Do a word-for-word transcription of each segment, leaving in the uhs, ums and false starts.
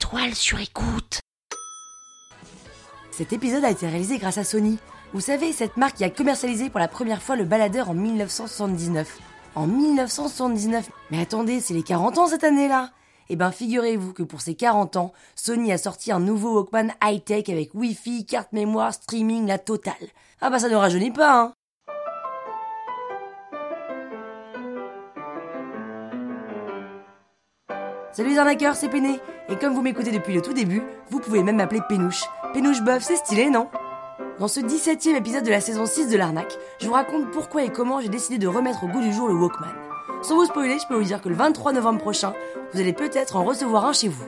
toile sur écoute. Cet épisode a été réalisé grâce à Sony. Vous savez, cette marque qui a commercialisé pour la première fois le baladeur en dix-neuf cent soixante-dix-neuf. En dix-neuf cent soixante-dix-neuf Mais attendez, c'est les quarante ans cette année-là. Eh ben figurez-vous que pour ses quarante ans, Sony a sorti un nouveau Walkman high-tech avec Wi-Fi, carte mémoire, streaming, la totale. Ah bah ça ne rajeunit pas, hein. Salut les arnaqueurs, c'est Péné. Et comme vous m'écoutez depuis le tout début, vous pouvez même m'appeler Pénouche. Pénouche Boeuf, c'est stylé, non ? Dans ce dix-septième épisode de la saison six de l'arnaque, je vous raconte pourquoi et comment j'ai décidé de remettre au goût du jour le Walkman. Sans vous spoiler, je peux vous dire que le vingt-trois novembre prochain, vous allez peut-être en recevoir un chez vous.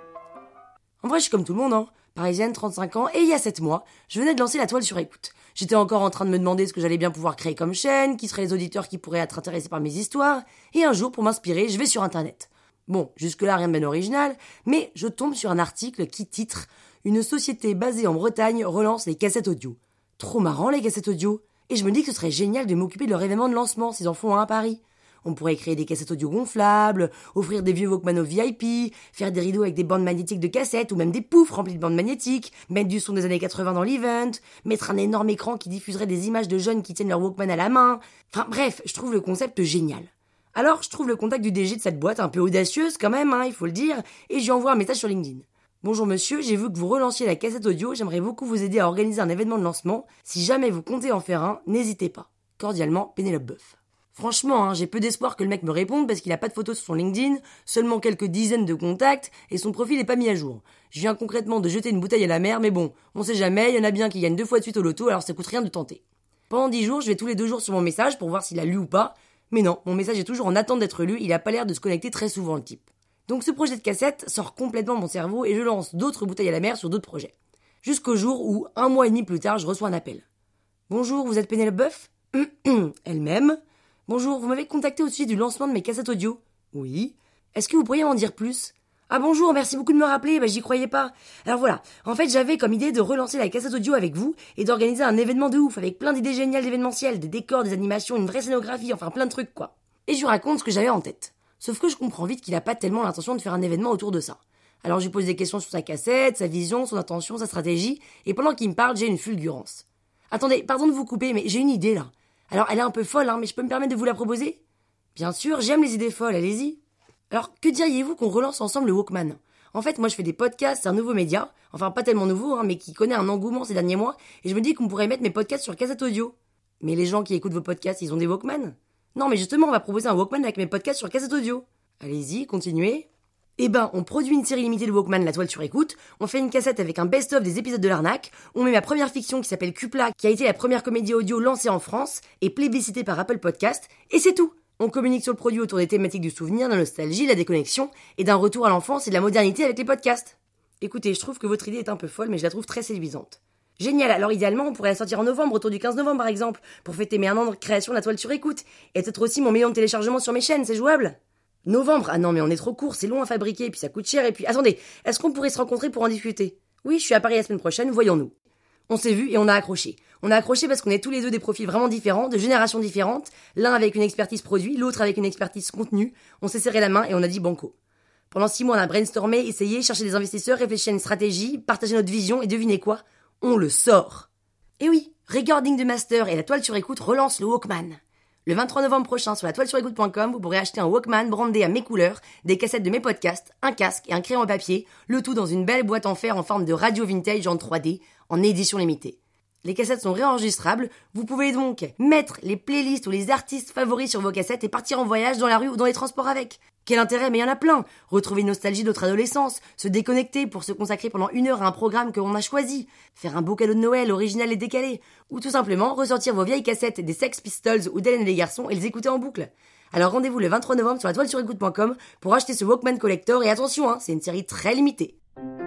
En vrai, je suis comme tout le monde, hein. Parisienne, trente-cinq ans, et il y a sept mois, je venais de lancer la toile sur écoute. J'étais encore en train de me demander ce que j'allais bien pouvoir créer comme chaîne, qui seraient les auditeurs qui pourraient être intéressés par mes histoires, et un jour, pour m'inspirer, je vais sur Internet. Bon, jusque-là, rien de bien original, mais je tombe sur un article qui titre « Une société basée en Bretagne relance les cassettes audio ». Trop marrant, les cassettes audio. Et je me dis que ce serait génial de m'occuper de leur événement de lancement, s'ils en font un à Paris. On pourrait créer des cassettes audio gonflables, offrir des vieux Walkman au V I P, faire des rideaux avec des bandes magnétiques de cassettes ou même des poufs remplis de bandes magnétiques, mettre du son des années quatre-vingts dans l'event, mettre un énorme écran qui diffuserait des images de jeunes qui tiennent leur Walkman à la main. Enfin bref, je trouve le concept génial. Alors, je trouve le contact du D G de cette boîte un peu audacieuse quand même, hein, il faut le dire, et je lui envoie un message sur LinkedIn. Bonjour monsieur, j'ai vu que vous relanciez la cassette audio, j'aimerais beaucoup vous aider à organiser un événement de lancement. Si jamais vous comptez en faire un, n'hésitez pas. Cordialement, Pénélope Boeuf. Franchement, hein, j'ai peu d'espoir que le mec me réponde parce qu'il a pas de photos sur son LinkedIn, seulement quelques dizaines de contacts, et son profil est pas mis à jour. Je viens concrètement de jeter une bouteille à la mer, mais bon, on sait jamais, il y en a bien qui gagnent deux fois de suite au loto, alors ça coûte rien de tenter. Pendant dix jours, je vais tous les deux jours sur mon message pour voir s'il a lu ou pas. Mais non, mon message est toujours en attente d'être lu, il a pas l'air de se connecter très souvent le type. Donc ce projet de cassette sort complètement de mon cerveau et je lance d'autres bouteilles à la mer sur d'autres projets. Jusqu'au jour où, un mois et demi plus tard, je reçois un appel. Bonjour, vous êtes Pénélope Boeuf ? Elle-même. Bonjour, vous m'avez contacté au sujet du lancement de mes cassettes audio ? Oui. Est-ce que vous pourriez m'en dire plus ? Ah bonjour, merci beaucoup de me rappeler, bah j'y croyais pas. Alors voilà, en fait j'avais comme idée de relancer la cassette audio avec vous et d'organiser un événement de ouf avec plein d'idées géniales d'événementiel, des décors, des animations, une vraie scénographie, enfin plein de trucs quoi. Et je lui raconte ce que j'avais en tête. Sauf que je comprends vite qu'il a pas tellement l'intention de faire un événement autour de ça. Alors je lui pose des questions sur sa cassette, sa vision, son intention, sa stratégie, et pendant qu'il me parle, j'ai une fulgurance. Attendez, pardon de vous couper, mais j'ai une idée là. Alors elle est un peu folle, hein, mais je peux me permettre de vous la proposer ? Bien sûr, j'aime les idées folles, allez-y. Alors, que diriez-vous qu'on relance ensemble le Walkman ? En fait, moi je fais des podcasts, c'est un nouveau média, enfin pas tellement nouveau, hein, mais qui connaît un engouement ces derniers mois, et je me dis qu'on pourrait mettre mes podcasts sur cassette audio. Mais les gens qui écoutent vos podcasts, ils ont des Walkman ? Non, mais justement, on va proposer un Walkman avec mes podcasts sur cassette audio. Allez-y, continuez. Eh ben, on produit une série limitée de Walkman, la toile sur écoute, on fait une cassette avec un best-of des épisodes de l'arnaque, on met ma première fiction qui s'appelle Cupla, qui a été la première comédie audio lancée en France, et plébiscitée par Apple Podcast, et c'est tout. On communique sur le produit autour des thématiques du souvenir, de la nostalgie, de la déconnexion, et d'un retour à l'enfance et de la modernité avec les podcasts. Écoutez, je trouve que votre idée est un peu folle, mais je la trouve très séduisante. Génial, alors idéalement, on pourrait la sortir en novembre, autour du quinze novembre par exemple, pour fêter mes un an de création de la toile sur écoute, et peut-être aussi mon million de téléchargements sur mes chaînes, c'est jouable ? Novembre ? Ah non, mais on est trop court, c'est long à fabriquer, puis ça coûte cher, et puis... Attendez, est-ce qu'on pourrait se rencontrer pour en discuter ? Oui, je suis à Paris la semaine prochaine, voyons-nous. On s'est vu et on a accroché. On a accroché parce qu'on est tous les deux des profils vraiment différents, de générations différentes, l'un avec une expertise produit, l'autre avec une expertise contenu. On s'est serré la main et on a dit banco. Pendant six mois, on a brainstormé, essayé, cherché des investisseurs, réfléchi à une stratégie, partagé notre vision et devinez quoi ? On le sort. Et oui, Recording de Master et la toile sur écoute relance le Walkman. Le vingt-trois novembre prochain, sur la toile sur écoute point com, vous pourrez acheter un Walkman brandé à mes couleurs, des cassettes de mes podcasts, un casque et un crayon à papier, le tout dans une belle boîte en fer en forme de radio vintage en trois D, en édition limitée. Les cassettes sont réenregistrables, vous pouvez donc mettre les playlists ou les artistes favoris sur vos cassettes et partir en voyage dans la rue ou dans les transports avec. Quel intérêt, mais il y en a plein. Retrouver une nostalgie de notre adolescence, se déconnecter pour se consacrer pendant une heure à un programme que l'on a choisi, faire un beau cadeau de Noël original et décalé, ou tout simplement ressortir vos vieilles cassettes des Sex Pistols ou d'Hélène et les garçons et les écouter en boucle. Alors rendez-vous le vingt-trois novembre sur la toile sur écoute point com pour acheter ce Walkman Collector et attention, hein, c'est une série très limitée.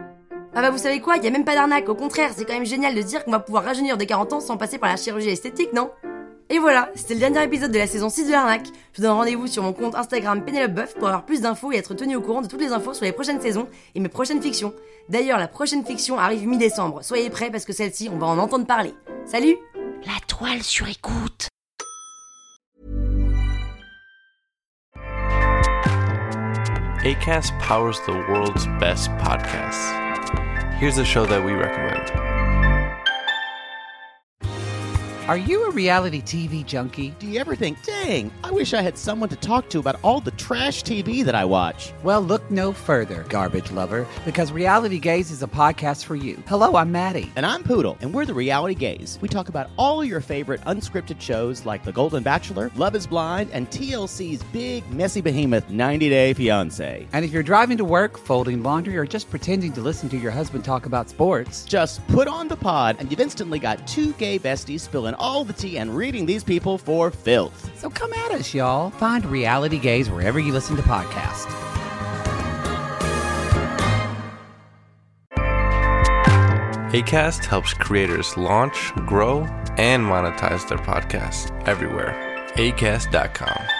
Ah bah vous savez quoi, y a même pas d'arnaque, au contraire, c'est quand même génial de se dire qu'on va pouvoir rajeunir de quarante ans sans passer par la chirurgie esthétique, non ? Et voilà, c'était le dernier épisode de la saison six de l'arnaque. Je vous donne rendez-vous sur mon compte Instagram Pénélope Boeuf pour avoir plus d'infos et être tenu au courant de toutes les infos sur les prochaines saisons et mes prochaines fictions. D'ailleurs, la prochaine fiction arrive mi-décembre, soyez prêts parce que celle-ci, on va en entendre parler. Salut ! La toile sur écoute. Acast powers the world's best podcasts. Here's a show that we recommend. Are you a reality T V junkie? Do you ever think, dang, I wish I had someone to talk to about all the trash T V that I watch? Well, look no further, garbage lover, because Reality Gaze is a podcast for you. Hello, I'm Maddie. And I'm Poodle, and we're the Reality Gaze. We talk about all your favorite unscripted shows like The Golden Bachelor, Love is Blind, and T L C's big, messy behemoth, ninety day fiancé. And if you're driving to work, folding laundry, or just pretending to listen to your husband talk about sports, just put on the pod, and you've instantly got two gay besties spilling all the tea and reading these people for filth. So come at us, y'all. Find Reality Gaze wherever you listen to podcasts. Acast helps creators launch, grow, and monetize their podcasts everywhere. Acast dot com.